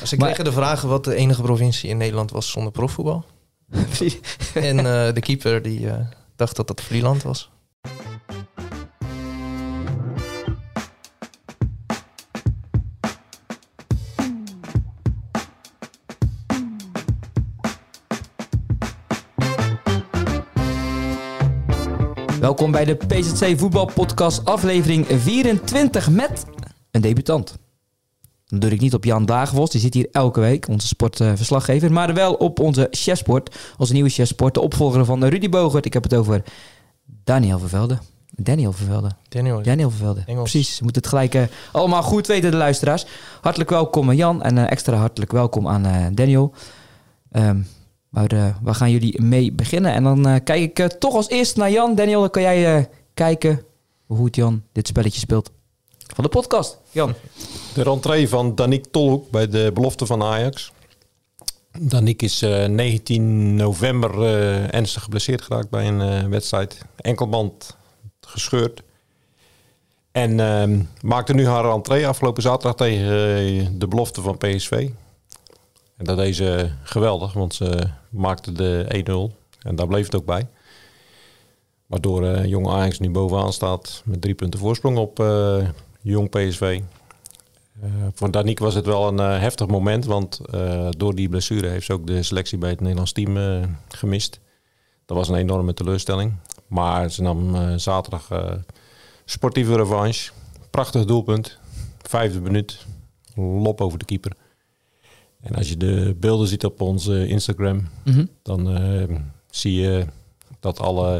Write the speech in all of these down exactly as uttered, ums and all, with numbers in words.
Ze kregen maar, de vragen wat de enige provincie in Nederland was zonder profvoetbal. en uh, de keeper die uh, dacht dat dat Vlieland was. Welkom bij de P Z C Voetbalpodcast aflevering vierentwintig met een debutant. Dat doe ik niet op Jan Dagenvos, die zit hier elke week, onze sportverslaggever. Maar wel op onze chefsport, onze nieuwe chefsport, de opvolger van Rudy Bogert. Ik heb het over Daniel Vervelde. Daniel Vervelde. Daniel, Daniel Vervelde. Engels. Precies, we moeten het gelijk uh, allemaal goed weten, de luisteraars. Hartelijk welkom Jan en uh, extra hartelijk welkom aan uh, Daniel. Um, Maar uh, waar gaan jullie mee beginnen? En dan uh, kijk ik uh, toch als eerst naar Jan. Daniel, dan kan jij uh, kijken hoe het Jan dit spelletje speelt. Van de podcast. Jan. De rentree van Daniek Tolhoek bij de belofte van Ajax. Daniek is uh, negentien november uh, ernstig geblesseerd geraakt bij een uh, wedstrijd. Enkelband gescheurd. En uh, maakte nu haar rentree afgelopen zaterdag tegen uh, de belofte van P S V. En dat deed ze geweldig, want ze maakte de één nul. En daar bleef het ook bij. Waardoor uh, Jong Ajax nu bovenaan staat met drie punten voorsprong op uh, Jong P S V. Uh, voor Daniek was het wel een uh, heftig moment, want uh, door die blessure heeft ze ook de selectie bij het Nederlands team uh, gemist. Dat was een enorme teleurstelling. Maar ze nam uh, zaterdag uh, sportieve revanche. Prachtig doelpunt. Vijfde minuut. Lop over de keeper. En als je de beelden ziet op onze Instagram, mm-hmm. dan uh, zie je dat alle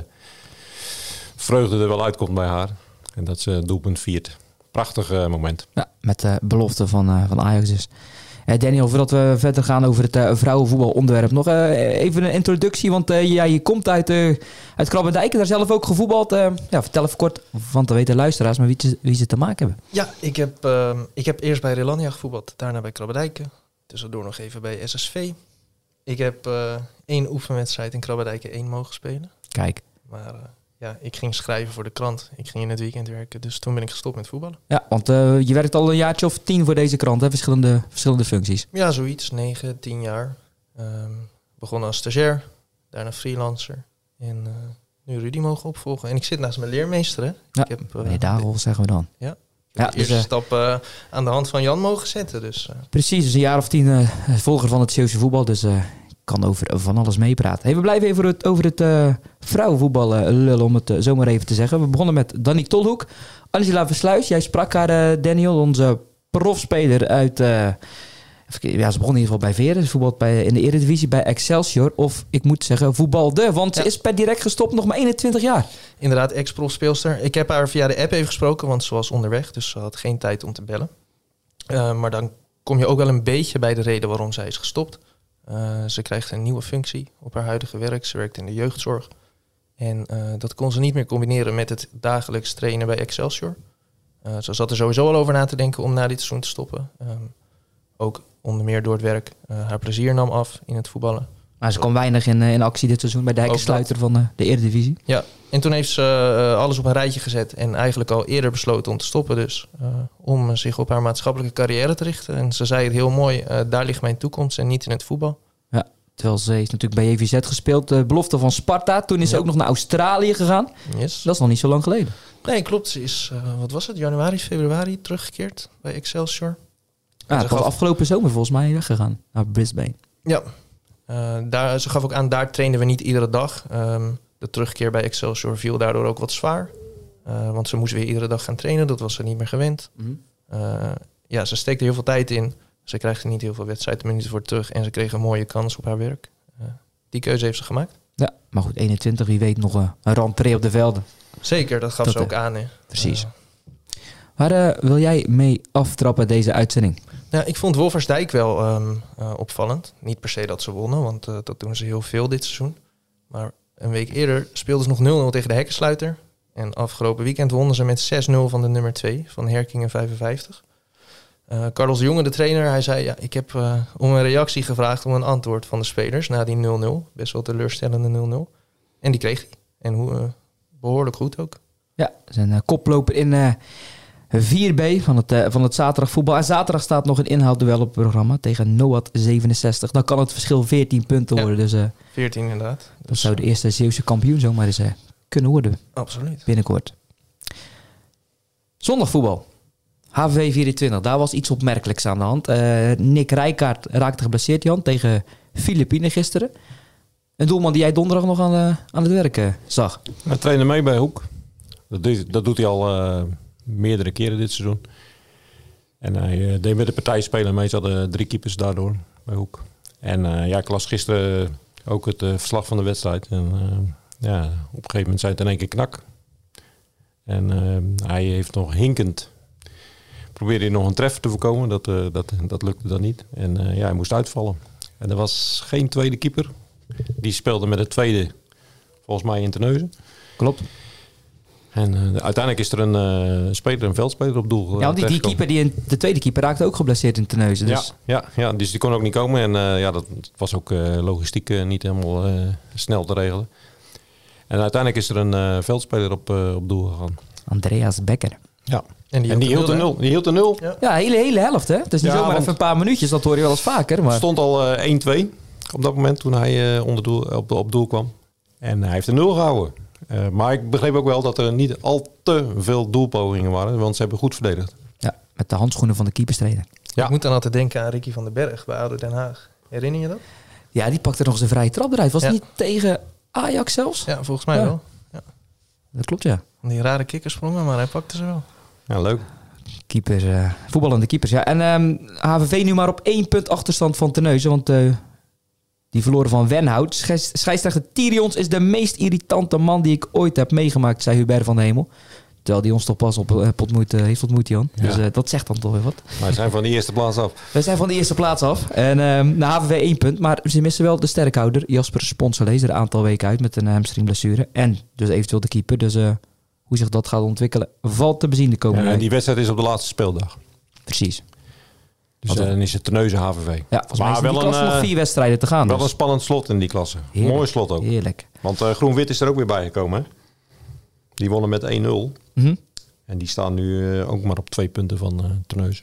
vreugde er wel uitkomt bij haar. En dat ze een doelpunt viert. Prachtig uh, moment. Ja, met de belofte van, uh, van Ajax dus. Uh, Daniel, voordat we verder gaan over het uh, vrouwenvoetbalonderwerp, nog uh, even een introductie. Want uh, ja, je komt uit, uh, uit Krabbendijk, daar zelf ook gevoetbald. Uh, ja, vertel even kort, want dan weten luisteraars, maar wie, wie ze te maken hebben. Ja, ik heb, uh, ik heb eerst bij Relania gevoetbald, daarna bij Krabbendijk. Tussendoor nog even bij S S V. Ik heb uh, één oefenwedstrijd in Krabbendijken één mogen spelen. Kijk. Maar uh, ja, ik ging schrijven voor de krant. Ik ging in het weekend werken. Dus toen ben ik gestopt met voetballen. Ja, want uh, je werkt al een jaartje of tien voor deze krant, hè? Verschillende, verschillende functies. Ja, zoiets. Negen, tien jaar. Um, begonnen als stagiair. Daarna freelancer. En uh, nu Rudy mogen opvolgen. En ik zit naast mijn leermeester, hè. Ja, ik heb, uh, meneer Dagel, zeggen we dan. Ja. Ja, de eerste dus, uh, stap uh, aan de hand van Jan mogen zetten. Dus, uh. Precies, dus een jaar of tien uh, volger van het Zeeuwse voetbal. Dus ik uh, kan over van alles meepraten. Hey, we blijven even over het, over het uh, vrouwenvoetbal uh, lullen, om het uh, zomaar even te zeggen. We begonnen met Daniek Tolhoek. Angela Versluis, jij sprak haar, uh, Daniel, onze profspeler uit... Uh, ja, ze begon in ieder geval bij Veren. Ze voetbalt bij, in de Eredivisie bij Excelsior. Of ik moet zeggen, voetbalde. Want ja. Ze is per direct gestopt, nog maar eenentwintig jaar. Inderdaad, ex-profspeelster. Ik heb haar via de app even gesproken, want ze was onderweg. Dus ze had geen tijd om te bellen. Uh, maar dan kom je ook wel een beetje bij de reden waarom zij is gestopt. Uh, ze krijgt een nieuwe functie op haar huidige werk. Ze werkt in de jeugdzorg. En uh, dat kon ze niet meer combineren met het dagelijks trainen bij Excelsior. Uh, ze zat er sowieso al over na te denken om na dit seizoen te stoppen. Um, ook onder meer door het werk. Uh, haar plezier nam af in het voetballen. Maar ze kwam weinig in, uh, in actie dit seizoen bij de hekkensluiter van uh, de Eredivisie. Ja, en toen heeft ze uh, alles op een rijtje gezet en eigenlijk al eerder besloten om te stoppen dus. Uh, om zich op haar maatschappelijke carrière te richten. En ze zei het heel mooi, uh, daar ligt mijn toekomst en niet in het voetbal. Ja, terwijl ze heeft natuurlijk bij J V Z gespeeld. De belofte van Sparta. Toen is ja. ze ook nog naar Australië gegaan. Yes. Dat is nog niet zo lang geleden. Nee, klopt. Ze is, uh, wat was het, januari, februari teruggekeerd bij Excelsior. Ah, het was gaf... afgelopen zomer volgens mij weggegaan naar Brisbane. Ja, uh, daar, ze gaf ook aan, daar trainden we niet iedere dag. Um, de terugkeer bij Excelsior viel daardoor ook wat zwaar. Uh, want ze moest weer iedere dag gaan trainen, dat was ze niet meer gewend. Mm-hmm. Uh, ja, ze steekt er heel veel tijd in. Ze krijgt er niet heel veel wedstrijdminuten voor terug. En ze kreeg een mooie kans op haar werk. Uh, die keuze heeft ze gemaakt. Ja, maar goed, eenentwintig, wie weet nog uh, een rentree op de velden. Zeker, dat gaf dat, ze ook uh, aan. Hè. Precies. Uh, Waar uh, wil jij mee aftrappen deze uitzending? Ja, ik vond Wolversdijk wel um, uh, opvallend. Niet per se dat ze wonnen, want uh, dat doen ze heel veel dit seizoen. Maar een week eerder speelden ze nog nul nul tegen de hekkensluiter. En afgelopen weekend wonnen ze met zes nul van de nummer twee, van Herkingen vijfenvijftig. Uh, Carlos de Jonge, de trainer, hij zei... ja, ik heb uh, om een reactie gevraagd om een antwoord van de spelers na die nul nul. Best wel teleurstellende nul nul. En die kreeg hij. En hoe uh, behoorlijk goed ook. Ja, zijn uh, koploper in... Uh... vier B van het, uh, van het zaterdagvoetbal. En zaterdag staat nog een inhoudduel op het programma tegen Noat zevenenzestig. Dan kan het verschil veertien punten worden. Ja, dus, uh, veertien inderdaad. Dus dat zou de eerste Zeeuwse kampioen zomaar eens uh, kunnen worden. Absoluut. Binnenkort. Zondagvoetbal. H V V vierentwintig, daar was iets opmerkelijks aan de hand. Uh, Nick Rijkaard raakte geblesseerd, Jan, tegen Filipijnen gisteren. Een doelman die jij donderdag nog aan, uh, aan het werk uh, zag. Hij trainde mee bij Hoek. Dat, deed, dat doet hij al uh, meerdere keren dit seizoen. En hij uh, deed met de partijspeler mee. Ze hadden drie keepers daardoor bij Hoek. En uh, ja, ik las gisteren ook het uh, verslag van de wedstrijd. En uh, ja, op een gegeven moment zei het in één keer knak. En uh, hij heeft nog hinkend... probeerde hij nog een treffer te voorkomen. Dat, uh, dat, dat lukte dan niet. En uh, ja, hij moest uitvallen. En er was geen tweede keeper. Die speelde met de tweede, volgens mij in Terneuzen. Klopt. En uh, uiteindelijk is er een uh, speler, een veldspeler op doel. Uh, ja, want die, die keeper, die in, de tweede keeper raakte ook geblesseerd in Terneuzen. Dus. Ja, ja, ja, dus die kon ook niet komen. En uh, ja, dat was ook uh, logistiek uh, niet helemaal uh, snel te regelen. En uiteindelijk is er een uh, veldspeler op, uh, op doel gegaan. Andreas Becker. Ja. En die, en die hield de nul. Die hield de nul. Ja, ja hele, hele helft, hè? Het is niet ja, zomaar even een paar minuutjes, dat hoor je wel eens vaker. Maar... Het stond al uh, één twee op dat moment toen hij uh, onder doel, op, op doel kwam. En hij heeft de nul gehouden. Uh, maar ik begreep ook wel dat er niet al te veel doelpogingen waren, want ze hebben goed verdedigd. Ja, met de handschoenen van de keeperstrainer. Ja. Ik moet dan altijd denken aan Ricky van den Berg bij ADO Den Haag. Herinner je dat? Ja, die pakte nog eens een vrije trap eruit. Was ja. het niet tegen Ajax zelfs? Ja, volgens mij ja. wel. Ja. Dat klopt, ja. Die rare kikkersprongen, maar hij pakte ze wel. Ja, leuk. Keeper, uh, voetballende keepers. Ja. En um, H V V nu maar op één punt achterstand van Terneuzen. Want uh, die verloren van Wenhout. Scheidsrechter Tyrions is de meest irritante man die ik ooit heb meegemaakt, zei Hubert van de Hemel. Terwijl die ons toch pas op uh, ontmoet, uh, heeft ontmoet, Jan. Ja. Dus uh, dat zegt dan toch weer wat. Wij zijn van de eerste plaats af. Wij zijn van de eerste plaats af. En um, de H V V één punt. Maar ze missen wel de sterkhouder Jasper Sponsolees er een aantal weken uit met een hamstringblessure. En dus eventueel de keeper. Dus... Uh, hoe zich dat gaat ontwikkelen, valt te bezien de komende ja, en die wedstrijd is op de laatste speeldag. Precies. Dus uh, dan is het Terneuzen H V V. Ja, volgens mij is in die klasse nog vier wedstrijden te gaan. Wel dus. een spannend slot in die klasse. Heerlijk. Mooi slot ook. Heerlijk. Want uh, Groen-Wit is er ook weer bij gekomen. Hè? Die wonnen met één nul. Mm-hmm. En die staan nu uh, ook maar op twee punten van uh, Terneuzen.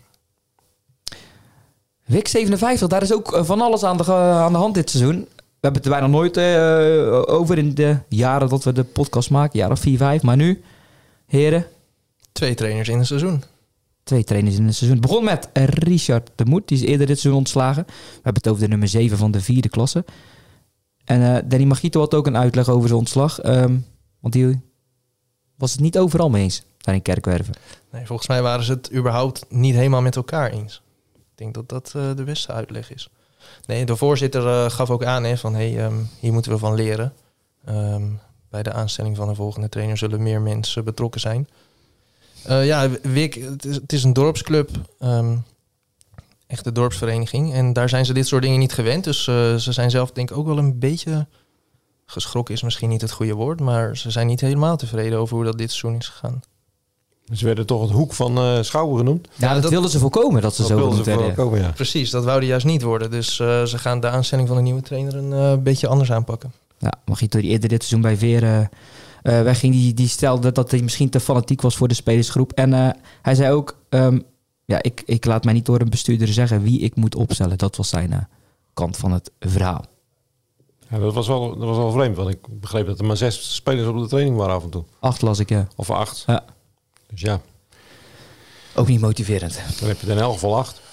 W I C zevenenvijftig, daar is ook van alles aan de, aan de hand dit seizoen. We hebben het er bijna nooit uh, over in de jaren dat we de podcast maken. Jaren vier, vijf. Maar nu... Heren. Twee trainers in het seizoen. Twee trainers in het seizoen. Het begon met Richard de Moet. Die is eerder dit seizoen ontslagen. We hebben het over de nummer zeven van de vierde klasse. En uh, Danny Magito had ook een uitleg over zijn ontslag. Um, want die was het niet overal mee eens. Daar in Kerkwerven. Nee, volgens mij waren ze het überhaupt niet helemaal met elkaar eens. Ik denk dat dat uh, de beste uitleg is. Nee, de voorzitter uh, gaf ook aan hè, van hey, um, hier moeten we van leren. Um, Bij de aanstelling van de volgende trainer zullen meer mensen betrokken zijn. Uh, ja, W I C, het is, het is een dorpsclub. Um, echt de dorpsvereniging. En daar zijn ze dit soort dingen niet gewend. Dus uh, ze zijn zelf denk ik ook wel een beetje... geschrokken is misschien niet het goede woord. Maar ze zijn niet helemaal tevreden over hoe dat dit seizoen is gegaan. Ze werden toch het hoek van uh, Schouwen genoemd? Ja, ja dat, dat wilden ze voorkomen dat ze dat zo genoemd werden. Voorkomen, ja. Precies, dat wouden juist niet worden. Dus uh, ze gaan de aanstelling van de nieuwe trainer een uh, beetje anders aanpakken. Ja, Magito die eerder dit seizoen bij Veer uh, uh, wegging, die, die stelde dat hij misschien te fanatiek was voor de spelersgroep. En uh, hij zei ook, um, ja, ik, ik laat mij niet door een bestuurder zeggen wie ik moet opstellen. Dat was zijn uh, kant van het verhaal. Ja, dat was wel, dat was wel vreemd, want ik begreep dat er maar zes spelers op de training waren af en toe. Acht las ik, ja. Of acht. Ja. Dus ja. Ook niet motiverend. Dan heb je er in elk geval acht.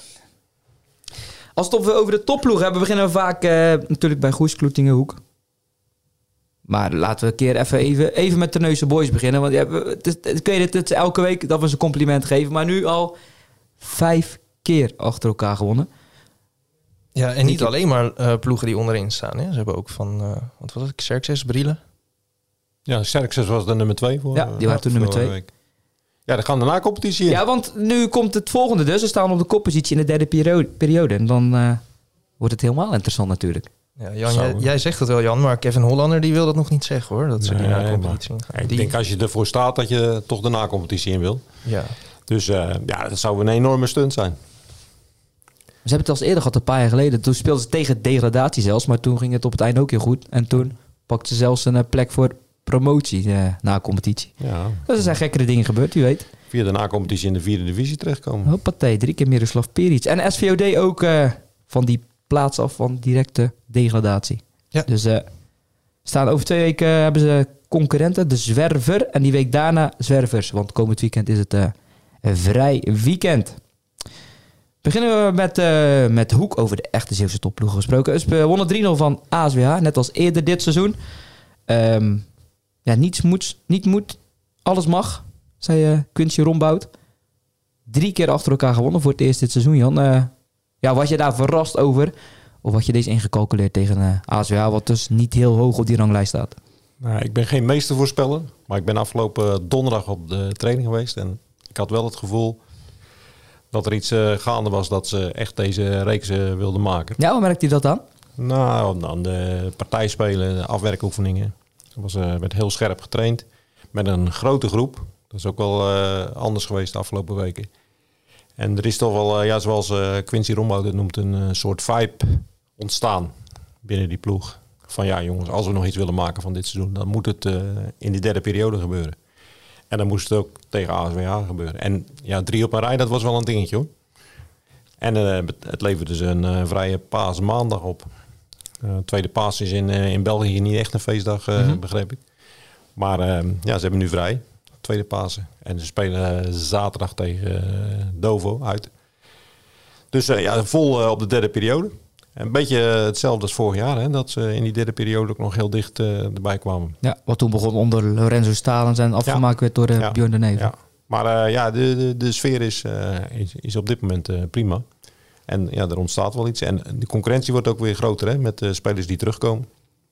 Als we het over de topploeg hebben, beginnen we vaak uh, natuurlijk bij Goes, Kloetingenhoek. Maar laten we een keer even, even, even met Terneuzen Boys beginnen. Want ja, het is, ik weet het, het is elke week dat we ze een compliment geven. Maar nu al vijf keer achter elkaar gewonnen. Ja, en niet alleen maar uh, ploegen die onderin staan. Hè. Ze hebben ook van, uh, wat was het, Xerxes, Brielen. Ja, Xerxes was de nummer twee. Voor, ja, die waren toen nummer twee. Week. Ja, dan gaan we daarna competitie in. Ja, want nu komt het volgende dus. Ze staan op de koppositie in de derde periode. periode. En dan uh, wordt het helemaal interessant natuurlijk. Ja, Jan, jij, jij zegt het wel, Jan, maar Kevin Hollander die wil dat nog niet zeggen, hoor. Dat ze nee, die na-competitie nee, gaan. Ik die... denk als je ervoor staat dat je toch de na-competitie in wil. Ja. Dus uh, ja, dat zou een enorme stunt zijn. Ze hebben het al eens eerder gehad, een paar jaar geleden. Toen speelden ze tegen degradatie zelfs, maar toen ging het op het einde ook heel goed. En toen pakten ze zelfs een plek voor promotie uh, na competitie. Ja. Dus er zijn gekkere dingen gebeurd, u weet. via de nacompetitie in de vierde divisie terechtkomen. Hoppatee, drie keer Miroslav Peric. En S V O D ook uh, van die plaats af van directe degradatie. Ja. Dus uh, staan over twee weken uh, hebben ze concurrenten, de Zwerver. En die week daarna Zwervers. Want komend weekend is het uh, een vrij weekend. Beginnen we met, uh, met Hoek over de echte Zeeuwse topploegen gesproken. Ze wonnen drie nul van A S W H, net als eerder dit seizoen. Um, ja, niets moet, niet moet, alles mag, zei uh, Quincy Rombout. Drie keer achter elkaar gewonnen voor het eerst dit seizoen, Jan. Uh, ja, was je daar verrast over? Of had je deze ingecalculeerd tegen uh, A S W H, wat dus niet heel hoog op die ranglijst staat? Nou, ik ben geen meestervoorspeller, maar ik ben afgelopen donderdag op de training geweest. En ik had wel het gevoel dat er iets uh, gaande was dat ze echt deze reeks uh, wilden maken. Ja, hoe merkt u dat dan? Nou, dan de partijspelen, de afwerkoefeningen. Er was, uh, werd heel scherp getraind. Met een grote groep. Dat is ook wel uh, anders geweest de afgelopen weken. En er is toch wel, uh, ja, zoals uh, Quincy Rombout het noemt, een uh, soort vibe ontstaan binnen die ploeg. Van ja jongens, als we nog iets willen maken van dit seizoen, dan moet het uh, in die derde periode gebeuren. En dan moest het ook tegen A S W H gebeuren. En ja, drie op een rij, dat was wel een dingetje hoor. En uh, het leverde dus een uh, vrije paasmaandag op. Uh, tweede paas is in, uh, in België niet echt een feestdag, uh, mm-hmm. begreep ik. Maar uh, ja, ze hebben nu vrij. Tweede Pasen. En ze spelen uh, zaterdag tegen uh, Dovo uit. Dus uh, ja, vol uh, op de derde periode. Een beetje hetzelfde als vorig jaar. Hè, dat ze in die derde periode ook nog heel dicht uh, erbij kwamen. Ja, wat toen begon onder Lorenzo Stalens en afgemaakt ja. werd door uh, ja. Björn de Neven. Ja. Maar uh, ja, de, de, de sfeer is, uh, is, is op dit moment uh, prima. En ja, er ontstaat wel iets. En de concurrentie wordt ook weer groter hè, met de spelers die terugkomen.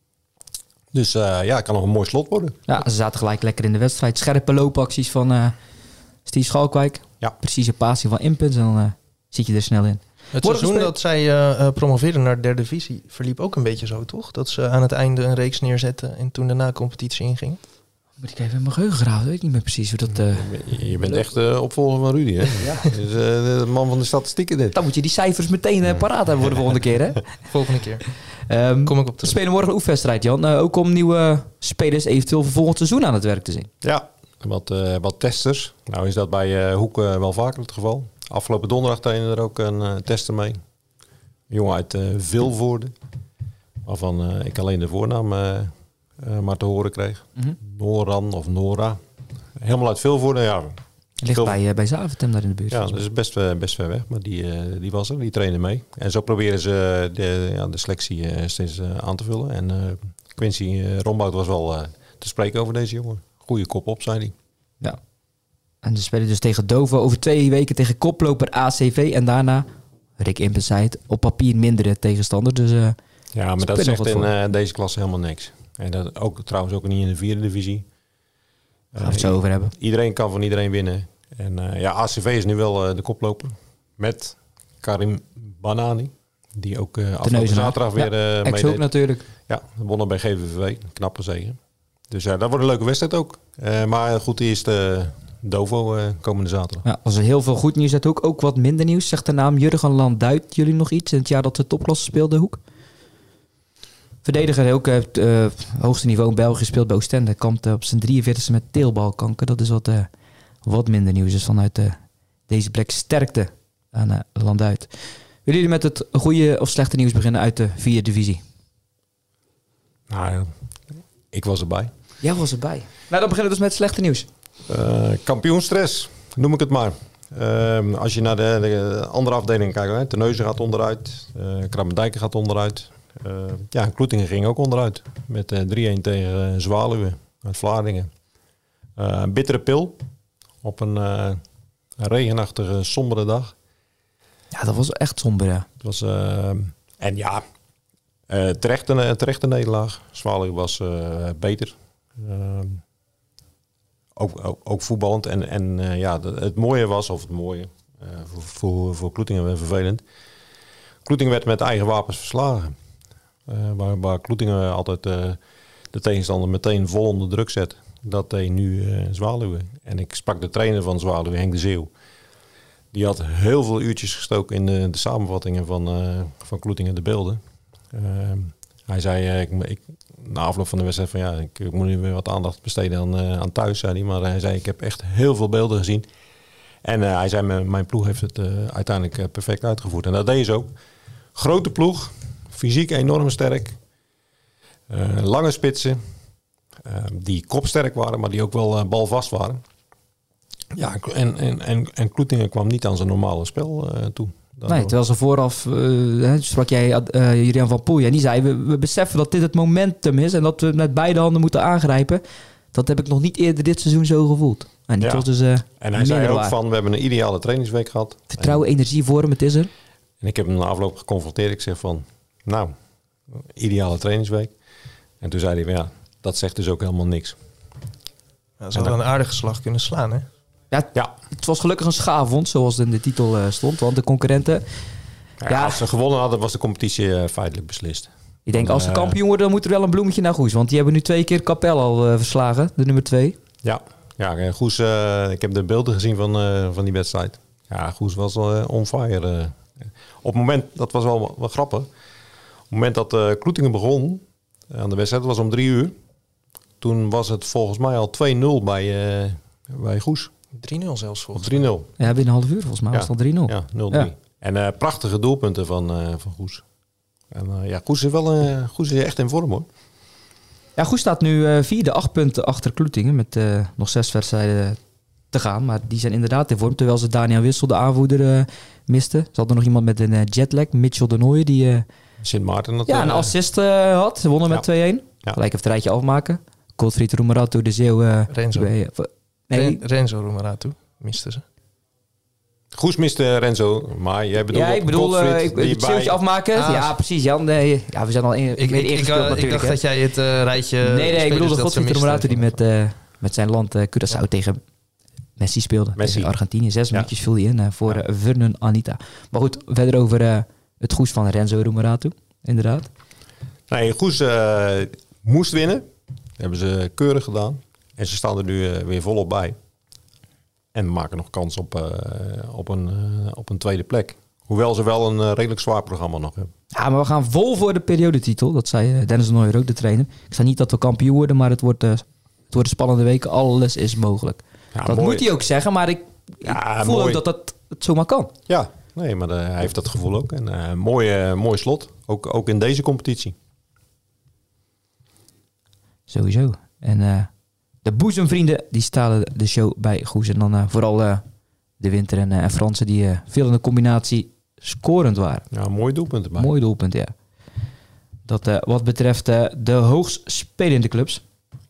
Dus uh, ja, het kan nog een mooi slot worden. Ja, ze zaten gelijk lekker in de wedstrijd. Scherpe loopacties van uh, Steve Schalkwijk. Ja. Precieze passie van Impens. En dan uh, zit je er snel in. Het Worden seizoen dat zij uh, promoveerden naar de derde divisie verliep ook een beetje zo, toch? Dat ze aan het einde een reeks neerzetten en toen daarna competitie inging. Moet ik even in mijn geheugen graven, weet ik niet meer precies hoe dat... Uh... Je, je bent echt uh, opvolger van Rudy, hè? Ja. Dus, uh, de man van de statistieken dit. Dan moet je die cijfers meteen uh, paraat hebben voor de volgende keer, hè? Volgende keer. Um, Kom ik op te we spelen morgen een oefenwedstrijd, Jan. Uh, ook om nieuwe spelers eventueel voor volgend seizoen aan het werk te zien. Ja, wat, uh, wat testers. Nou is dat bij uh, Hoek uh, wel vaker het geval. Afgelopen donderdag trainde er ook een uh, tester mee. Een jongen uit uh, Vilvoorde. Waarvan uh, ik alleen de voornaam uh, uh, maar te horen kreeg. Mm-hmm. Noran of Nora. Helemaal uit Vilvoorde, ja. Ligt Veel... bij, uh, bij Zaventem daar in de buurt. Ja, dat is best, uh, best ver weg. Maar die, uh, die was er, die trainde mee. En zo proberen ze de, ja, de selectie uh, steeds uh, aan te vullen. En uh, Quincy uh, Rombout was wel uh, te spreken over deze jongen. Goeie kop op, zei hij. Ja. En ze spelen dus tegen Dovo over twee weken tegen koploper A C V. En daarna, Rick Impens zei het, op papier mindere tegenstander. Dus, uh, ja, maar dat zegt in uh, deze klasse helemaal niks. En dat ook trouwens ook niet in de vierde divisie. Gaan we het zo over hebben. Iedereen kan van iedereen winnen. En uh, ja, A C V is nu wel uh, de koploper. Met Karim Banani. Die ook uh, afgelopen zaterdag weer uh, meedeed. Ook natuurlijk. Ja, wonnen bij G V V. Knappe zege. Dus uh, dat wordt een leuke wedstrijd ook. Uh, maar goed, die is de Dovo uh, komende zaterdag. Ja, als er heel veel goed nieuws uit Hoek. Ook wat minder nieuws. Zegt de naam Jurgen Landuit jullie nog iets? In het jaar dat de topklasse speelde Hoek? Verdediger ook het uh, hoogste niveau in België speelt bij Oostende. Kampt uh, op zijn drieënveertigste met teelbalkanker. Dat is wat, uh, wat minder nieuws. Dus vanuit uh, deze plek sterkte aan uh, Landuit. Willen jullie met het goede of slechte nieuws beginnen uit de vierde divisie? Nou, ik was erbij. Jij was erbij. Nou, dan beginnen we dus met slechte nieuws. Uh, kampioenstress, noem ik het maar. Uh, als je naar de, de andere afdelingen kijkt, hè, Terneuzen gaat onderuit. Uh, Krabbendijken gaat onderuit. Uh, ja, Kloetingen ging ook onderuit. Met uh, drie-een tegen uh, Zwaluwe uit Vlaardingen. Uh, een bittere pil. Op een uh, regenachtige, sombere dag. Ja, dat was echt somber, ja. Het was, uh, en ja, uh, terecht, een, terecht een nederlaag. Zwaluwe was uh, beter. Uh, ook, ook, ook voetballend. En, en uh, ja, het mooie was, of het mooie, uh, voor, voor, voor Kloetingen wel vervelend. Kloetingen werd met eigen wapens verslagen. Uh, waar, waar Kloetingen altijd uh, de tegenstander meteen vol onder druk zet. Dat deed nu uh, Zwaluwe. En ik sprak de trainer van Zwaluwe, Henk de Zeeuw. Die had heel veel uurtjes gestoken in de, de samenvattingen van, uh, van Kloetingen de beelden. Uh, hij zei, uh, ik, ik, na afloop van de wedstrijd, van ja, ik, ik moet nu weer wat aandacht besteden aan, uh, aan thuis, zei hij. Maar hij zei, ik heb echt heel veel beelden gezien. En uh, hij zei, mijn, mijn ploeg heeft het uh, uiteindelijk uh, perfect uitgevoerd. En dat deed ze ook. Grote ploeg, fysiek enorm sterk. Uh, lange spitsen, uh, die kopsterk waren, maar die ook wel uh, balvast waren. Ja, en, en, en, en Kloetingen kwam niet aan zijn normale spel uh, toe. Nee, terwijl ze vooraf, uh, sprak jij uh, Julian van Poel, en die zei, we, we beseffen dat dit het momentum is en dat we het met beide handen moeten aangrijpen. Dat heb ik nog niet eerder dit seizoen zo gevoeld. En, dit ja. was dus, uh, en hij zei ook waar. van, we hebben een ideale trainingsweek gehad. Vertrouwen, en, energie voor hem, het is er. En ik heb hem na afloop geconfronteerd. Ik zeg van, nou, ideale trainingsweek. En toen zei hij van, ja, dat zegt dus ook helemaal niks. Ja, ze hadden een aardige slag kunnen slaan, hè? Ja, ja, het was gelukkig een schaafwond, zoals het in de titel uh, stond. Want de concurrenten... Ja, ja, als ze gewonnen hadden, was de competitie uh, feitelijk beslist. Ik denk, als ze kampioen worden, dan moet er wel een bloemetje naar Goes. Want die hebben nu twee keer Capelle al uh, verslagen, de nummer twee. Ja, ja Goes, uh, ik heb de beelden gezien van, uh, van die wedstrijd. Ja, Goes was uh, on fire. Uh. Op het moment, dat was wel, wel grappig. Op het moment dat uh, Kloetingen begon uh, aan de wedstrijd, dat was om drie uur. Toen was het volgens mij al twee nul bij, uh, bij Goes. drie nul zelfs volgens drie nul. Ja, binnen een half uur volgens mij ja. was het al drie nul. Ja, nul drie. Ja. En uh, prachtige doelpunten van, uh, van Goes. En uh, ja, Goes is wel uh, Goes is echt in vorm, hoor. Ja, Goes staat nu uh, vierde, acht punten achter Kloetingen met uh, nog zes wedstrijden te gaan. Maar die zijn inderdaad in vorm, terwijl ze Daniel Wissel, de aanvoerder, uh, misten. Ze hadden nog iemand met een uh, jetlag, Mitchell de Nooijen, die uh, Sint Maarten dat, ja, een assist uh, had. Ze wonnen ja. met twee-een. Ja. Gelijk even het rijtje afmaken. Godfried Roemerato, de Zeeuw. Uh, Renzo. Bij, uh, nee. Renzo Roemerato misten ze. Goes miste Renzo, maar jij bedoelt ja, ik bedoel uh, ik, het bij... zeeuwtje afmaken. Ah, ja, precies, Jan. Nee, ja, we zijn al in, ik, ik, ik, natuurlijk. Ik dacht hè. dat jij het uh, rijtje... Nee, nee, ik bedoel de Godfried Roemerato die met, uh, met zijn land uh, Curaçao ja. tegen Messi speelde. Messi. Tegen Argentinië. Zes ja. minuutjes viel hij in uh, voor ja. uh, Vernon Anita. Maar goed, verder over uh, het Goes van Renzo Roemerato. Inderdaad. Nee, Goes uh, moest winnen. Dat hebben ze keurig gedaan. En ze staan er nu uh, weer volop bij. En maken nog kans op, uh, op, een, uh, op een tweede plek. Hoewel ze wel een uh, redelijk zwaar programma nog hebben. Ja, maar we gaan vol voor de periodetitel. Dat zei uh, Dennis de Nooijer ook, de trainer. Ik zei niet dat we kampioen worden, maar het wordt, uh, het worden spannende weken. Alles is mogelijk. Ja, dat mooi. Moet hij ook zeggen, maar ik, ja, ik voel mooi. ook dat dat het zomaar kan. Ja, nee, maar uh, hij heeft dat gevoel ook. En uh, mooi, uh, mooi slot. Ook, ook in deze competitie. Sowieso. En... Uh, De boezemvrienden die stalen de show bij Goes. En dan uh, vooral uh, de Winter en, uh, en Fransen die uh, veel in de combinatie scorend waren. Ja, mooi doelpunt erbij. Mooi doelpunt, ja. Dat uh, wat betreft uh, de hoogst spelende clubs.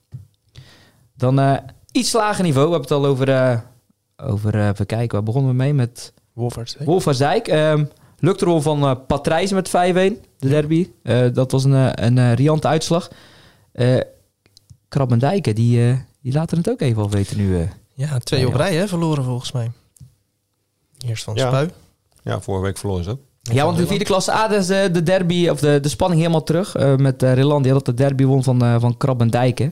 Dan uh, iets lager niveau. We hebben het al over... Uh, over uh, even kijken, waar begonnen we mee? Met Wolvaartsdijk. Wolvaartsdijk. Um, Lukterol van uh, Patrijzen met vijf-een. De derby. Uh, dat was een, uh, een uh, riante uitslag. Uh, Krabbendijken, die, uh, die laten het ook even al weten nu. Uh. Ja, twee op rij hè, verloren volgens mij. Eerst van ja. Spui. Ja, vorige week verloren ze ook. Ja, want de vierde klasse A, dat is uh, de derby, of de, de spanning helemaal terug. Uh, met uh, Rillandia, dat de derby won van, uh, van Krabbendijken.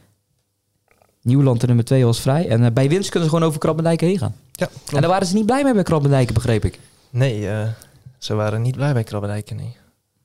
Nieuwland, de nummer twee, was vrij. En uh, bij winst kunnen ze gewoon over Krabbendijken heen gaan. Ja, klopt. En daar waren ze niet blij mee bij Krabbendijken, begreep ik. Nee, uh, ze waren niet blij bij Krabbendijken, nee.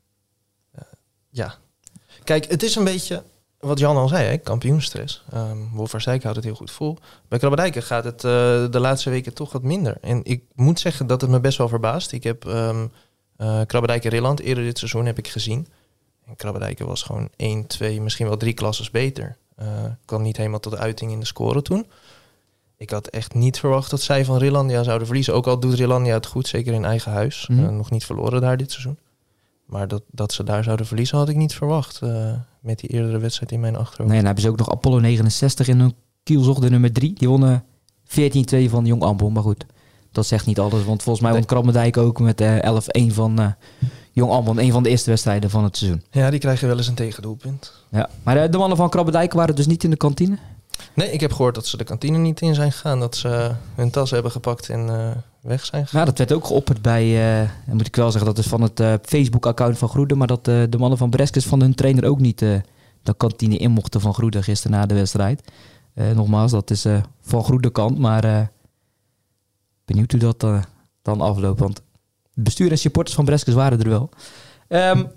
Uh, ja. Kijk, het is een beetje... Wat Jan al zei, hè, kampioenstress. Um, Wolvaartsdijk houdt het heel goed vol. Bij Krabbendijken gaat het uh, de laatste weken toch wat minder. En ik moet zeggen dat het me best wel verbaast. Ik heb um, uh, Krabbendijken Rilland eerder dit seizoen heb ik gezien. En Krabbendijken was gewoon één, twee, misschien wel drie klasses beter. Uh, kwam niet helemaal tot de uiting in de score toen. Ik had echt niet verwacht dat zij van Rillandia zouden verliezen. Ook al doet Rillandia het goed, zeker in eigen huis. Mm. Uh, nog niet verloren daar dit seizoen. Maar dat, dat ze daar zouden verliezen had ik niet verwacht. Uh, met die eerdere wedstrijd in mijn achterhoofd. Nee, en dan hebben ze ook nog Apollo negenenzestig in hun kielzog, de nummer drie. Die wonnen veertien twee van Jong Ambon. Maar goed, dat zegt niet alles. Want volgens mij won Krabbendijk ook met uh, elf-een van uh, Jong Ambon. Een van de eerste wedstrijden van het seizoen. Ja, die krijgen wel eens een tegendoelpunt. Ja, maar uh, de mannen van Krabbendijk waren dus niet in de kantine? Nee, ik heb gehoord dat ze de kantine niet in zijn gegaan. Dat ze uh, hun tas hebben gepakt en uh, weg zijn gegaan. Ja, dat werd ook geopperd bij, uh, moet ik wel zeggen, dat is van het uh, Facebook-account van Groede. Maar dat uh, de mannen van Breskes van hun trainer ook niet uh, de kantine in mochten van Groede gisteren na de wedstrijd. Uh, nogmaals, dat is uh, van Groede kant. Maar uh, benieuwd hoe dat uh, dan afloopt. Want het bestuur en supporters van Breskes waren er wel. Um,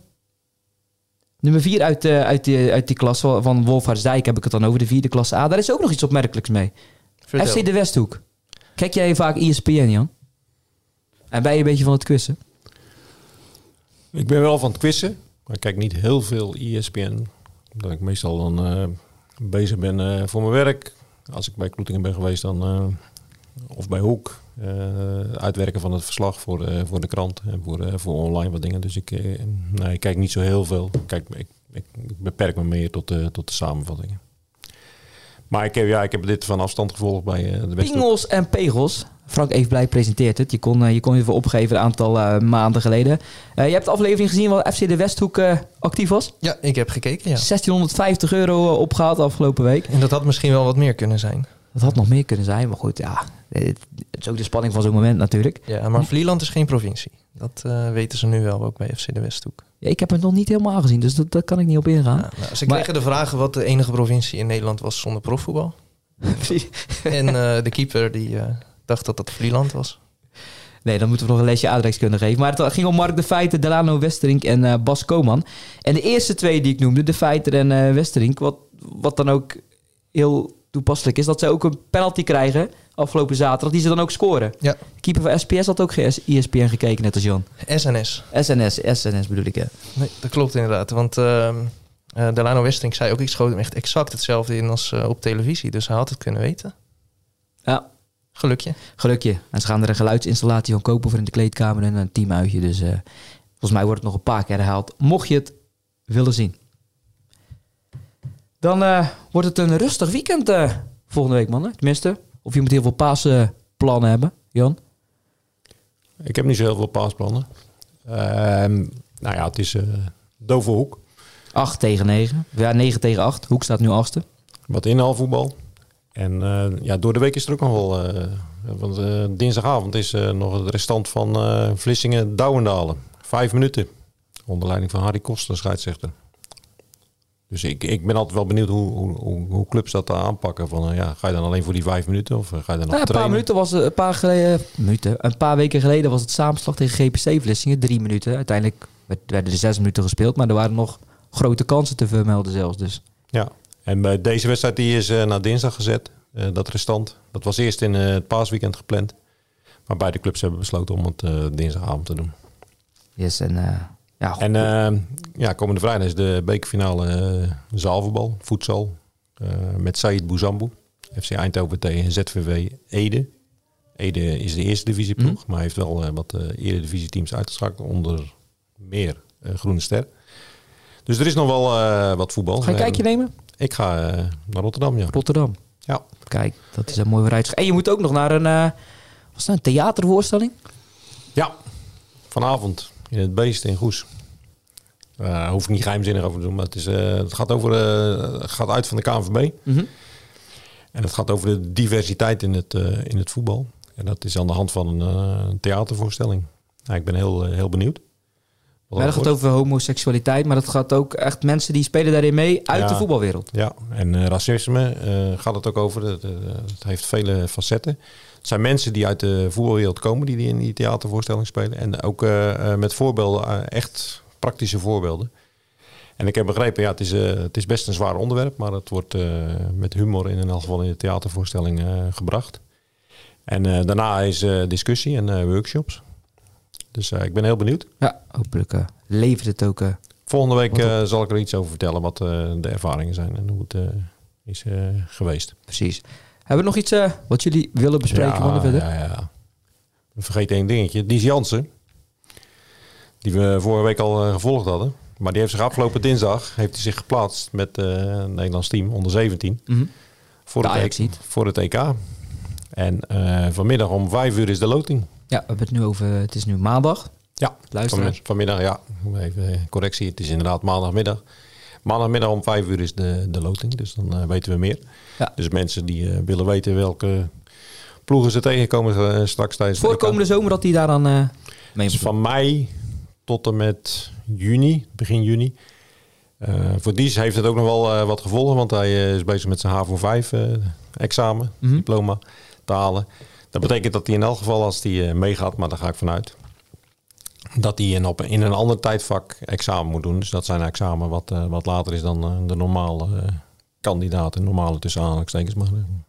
Nummer vier uit, uh, uit, die, uit die klas van Wolvaartsdijk heb ik het dan over. De vierde klasse A. Daar is ook nog iets opmerkelijks mee. Vertel. F C de Westhoek. Kijk jij vaak E S P N, Jan? En ben je een beetje van het quizzen? Ik ben wel van het quizzen, maar ik kijk niet heel veel E S P N. Omdat ik meestal dan uh, bezig ben uh, voor mijn werk. Als ik bij Kloetingen ben geweest, dan uh, of bij Hoek. Uh, uitwerken van het verslag voor, uh, voor de krant en voor, uh, voor online wat dingen. Dus ik, uh, nee, ik kijk niet zo heel veel. Kijk, ik, ik, ik beperk me meer tot, uh, tot de samenvattingen. Maar ik heb, ja, ik heb dit van afstand gevolgd bij uh, de beste. Pingels en Pegels. Frank Evenblij presenteert het. Je kon, uh, je kon je even opgeven een aantal uh, maanden geleden. Uh, je hebt de aflevering gezien waar F C de Westhoek uh, actief was. Ja, ik heb gekeken, ja. zestienhonderdvijftig euro opgehaald afgelopen week. En dat had misschien wel wat meer kunnen zijn. Dat had nog meer kunnen zijn, maar goed, ja. Het is ook de spanning van zo'n moment natuurlijk. Ja, maar Vlieland is geen provincie. Dat uh, weten ze nu wel, ook bij F C de Westhoek. Ja, ik heb het nog niet helemaal gezien, dus dat, daar kan ik niet op ingaan. Ja, nou, ze maar... kregen de vraag wat de enige provincie in Nederland was zonder profvoetbal. en uh, de keeper die uh, dacht dat dat Vlieland was. Nee, dan moeten we nog een lesje aardrijkskunde geven. Maar het ging om Mark de Feiter, Delano Westerink en uh, Bas Koman. En de eerste twee die ik noemde, de Feiter en uh, Westerink, wat, wat dan ook heel toepasselijk is, dat ze ook een penalty krijgen afgelopen zaterdag, die ze dan ook scoren. Ja. De keeper van S P S had ook geen E S P N gekeken, net als Jan. S N S. S N S, S N S bedoel ik, hè. Nee, dat klopt inderdaad. Want uh, uh, Delano Westerink zei ook, ik schoot hem echt exact hetzelfde in als uh, op televisie. Dus hij had het kunnen weten. Ja. Gelukje. Gelukje. En ze gaan er een geluidsinstallatie van kopen voor in de kleedkamer en een teamuitje. Dus uh, volgens mij wordt het nog een paar keer herhaald. Mocht je het willen zien. Dan uh, wordt het een rustig weekend uh, volgende week, man. Hè? Tenminste, of je moet heel veel paasplannen hebben, Jan? Ik heb niet zo heel veel paasplannen. Uh, nou ja, het is uh, dove hoek. acht tegen negen. Ja, negen tegen acht. Hoek staat nu achtste. Wat inhaalvoetbal. En uh, ja, door de week is er ook nog wel... Uh, want uh, dinsdagavond is uh, nog het restant van uh, Vlissingen-Douwendalen. Vijf minuten. Onder leiding van Harry Koster, scheidsrechter. Dus ik, ik ben altijd wel benieuwd hoe, hoe, hoe clubs dat aanpakken. Van, uh, ja, ga je dan alleen voor die vijf minuten of ga je dan nog ja, een paar minuten was een paar geleden, minuten, een paar weken geleden was het samenslag tegen G P C Vlissingen, drie minuten. Uiteindelijk werden er zes minuten gespeeld, maar er waren nog grote kansen te vermelden zelfs. Dus. Ja, en bij deze wedstrijd die is uh, naar dinsdag gezet, uh, dat restant. Dat was eerst in uh, het paasweekend gepland, maar beide clubs hebben besloten om het uh, dinsdagavond te doen. Yes, en uh, ja, en uh, ja, komende vrijdag is de bekerfinale uh, zaalvoetbal, voedsel, uh, met Said Bouzambou, F C Eindhoven tegen Z V W Ede. Ede is de eerste divisieploeg, mm. maar heeft wel uh, wat uh, eredivisieteams uitgeschakeld, onder meer uh, Groene Ster. Dus er is nog wel uh, wat voetbal. Ga je een kijkje nemen? Ik ga uh, naar Rotterdam, ja. Rotterdam? Ja. Kijk, dat is een mooi vooruitzicht. En je moet ook nog naar een, uh, was dat een theatervoorstelling? Ja, vanavond in het Beest in Goes. Uh, hoef ik niet geheimzinnig over te doen, maar het, is, uh, het gaat, over, uh, gaat uit van de K N V B. Mm-hmm. En het gaat over de diversiteit in het, uh, in het voetbal. En dat is aan de hand van een, uh, een theatervoorstelling. Nou, ik ben heel, uh, heel benieuwd. Maar dat gaat over homoseksualiteit, maar dat gaat ook echt mensen die spelen daarin mee uit ja, de voetbalwereld. Ja, en uh, racisme uh, gaat het ook over. Het, uh, het heeft vele facetten. Het zijn mensen die uit de voetbalwereld komen, die, die in die theatervoorstelling spelen. En ook uh, uh, met voorbeelden, uh, echt praktische voorbeelden. En ik heb begrepen, ja, het is, uh, het is best een zwaar onderwerp, maar het wordt uh, met humor in, in elk geval in de theatervoorstelling uh, gebracht. En uh, daarna is uh, discussie en uh, workshops. Dus uh, ik ben heel benieuwd. Ja, hopelijk uh, levert het ook. Uh, Volgende week uh, zal ik er iets over vertellen wat uh, de ervaringen zijn en hoe het uh, is uh, geweest. Precies. Hebben we nog iets uh, wat jullie willen bespreken? Ja, verder? ja, ja. We vergeten één dingetje. Dies Jansen, die we vorige week al uh, gevolgd hadden. Maar die heeft zich afgelopen dinsdag heeft hij zich geplaatst met uh, het Nederlands team onder zeventien. Mm-hmm. Voor, het e- voor het E K. En uh, vanmiddag om vijf uur is de loting. Ja, we hebben het nu over, het is nu maandag. Ja, van, vanmiddag, ja. Even correctie, het is inderdaad maandagmiddag. Maandagmiddag om vijf uur is de, de loting, dus dan uh, weten we meer. Ja. Dus mensen die uh, willen weten welke ploegen ze tegenkomen uh, straks tijdens voor komende zomer dat die daar dan uh, mee dus van mei tot en met juni, begin juni. Uh, voor Dies heeft het ook nog wel uh, wat gevolgen, want hij uh, is bezig met zijn H A V O vijf uh, examen, mm-hmm. diploma te halen. Dat betekent dat hij in elk geval, als hij uh, meegaat, maar daar ga ik vanuit, dat hij in, op, in een ander tijdvak examen moet doen. Dus dat zijn examen wat, uh, wat later is dan uh, de normale uh, kandidaten, normale tussen aanhalingstekens, maar uh,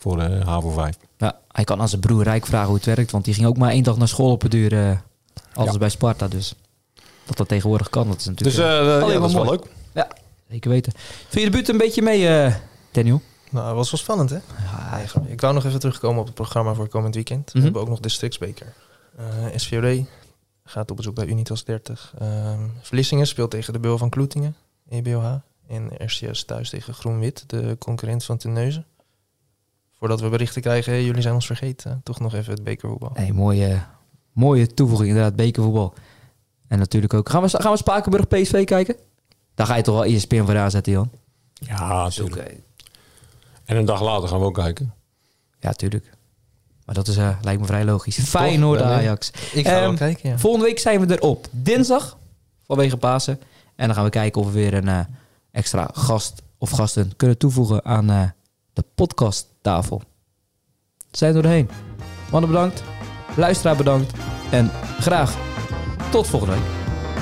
voor uh, H A V O vijf. Ja, hij kan aan zijn broer Rijk vragen hoe het werkt. Want die ging ook maar één dag naar school op het duur. Uh, alles ja. bij Sparta. Dus dat dat tegenwoordig kan, dat is natuurlijk... Dus uh, uh, ja, dat is wel leuk. Ja, zeker weten. Vind je de buurt een beetje mee, uh, Daniel? Nou, dat was wel spannend, hè? Ja, eigenlijk. Ik wou nog even terugkomen op het programma voor komend weekend. Mm-hmm. We hebben ook nog de districtsbeker. Uh, S V O D gaat op bezoek bij Unitas dertig. Uh, Vlissingen speelt tegen de Beul van Kloetingen, E B O H. En R C S thuis tegen Groen-Wit, de concurrent van Tenneuzen. Voordat we berichten krijgen, hey, jullie zijn ons vergeten. Toch nog even het bekervoetbal. Hey, mooie, mooie toevoeging inderdaad, bekervoetbal. En natuurlijk ook... Gaan we, gaan we Spakenburg P S V kijken? Daar ga je toch wel E S P N voor aanzetten, Jan? Ja, natuurlijk. Okay. En een dag later gaan we ook kijken. Ja, tuurlijk. Maar dat is, uh, lijkt me vrij logisch. Feyenoord Ajax. Ik ga um, wel kijken, ja. Volgende week zijn we erop. Dinsdag, vanwege Pasen. En dan gaan we kijken of we weer een uh, extra gast of gasten kunnen toevoegen aan uh, de podcasttafel. Zijn we doorheen. Mannen bedankt. Luisteraar bedankt. En graag tot volgende week.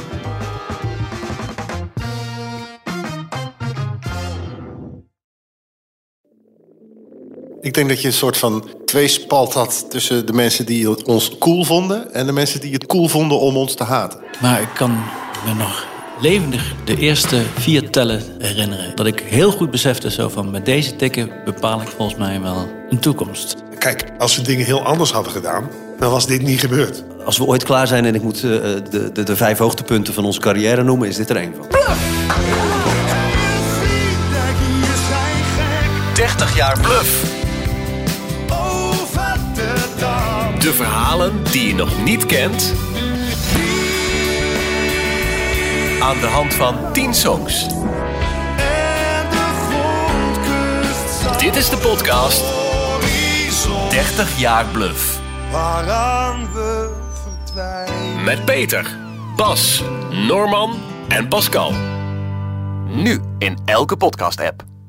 Ik denk dat je een soort van tweespalt had tussen de mensen die ons cool vonden en de mensen die het cool vonden om ons te haten. Maar ik kan me nog levendig de eerste vier tellen herinneren. Dat ik heel goed besefte zo van met deze tikken bepaal ik volgens mij wel een toekomst. Kijk, als we dingen heel anders hadden gedaan, dan was dit niet gebeurd. Als we ooit klaar zijn en ik moet uh, de, de, de vijf hoogtepunten van onze carrière noemen, is dit er één van. dertig jaar Bluff. De verhalen die je nog niet kent. Aan de hand van tien songs. Dit is de podcast dertig jaar Bluff. Waaraan we verdwijnen. Met Peter, Bas, Norman en Pascal. Nu in elke podcast-app.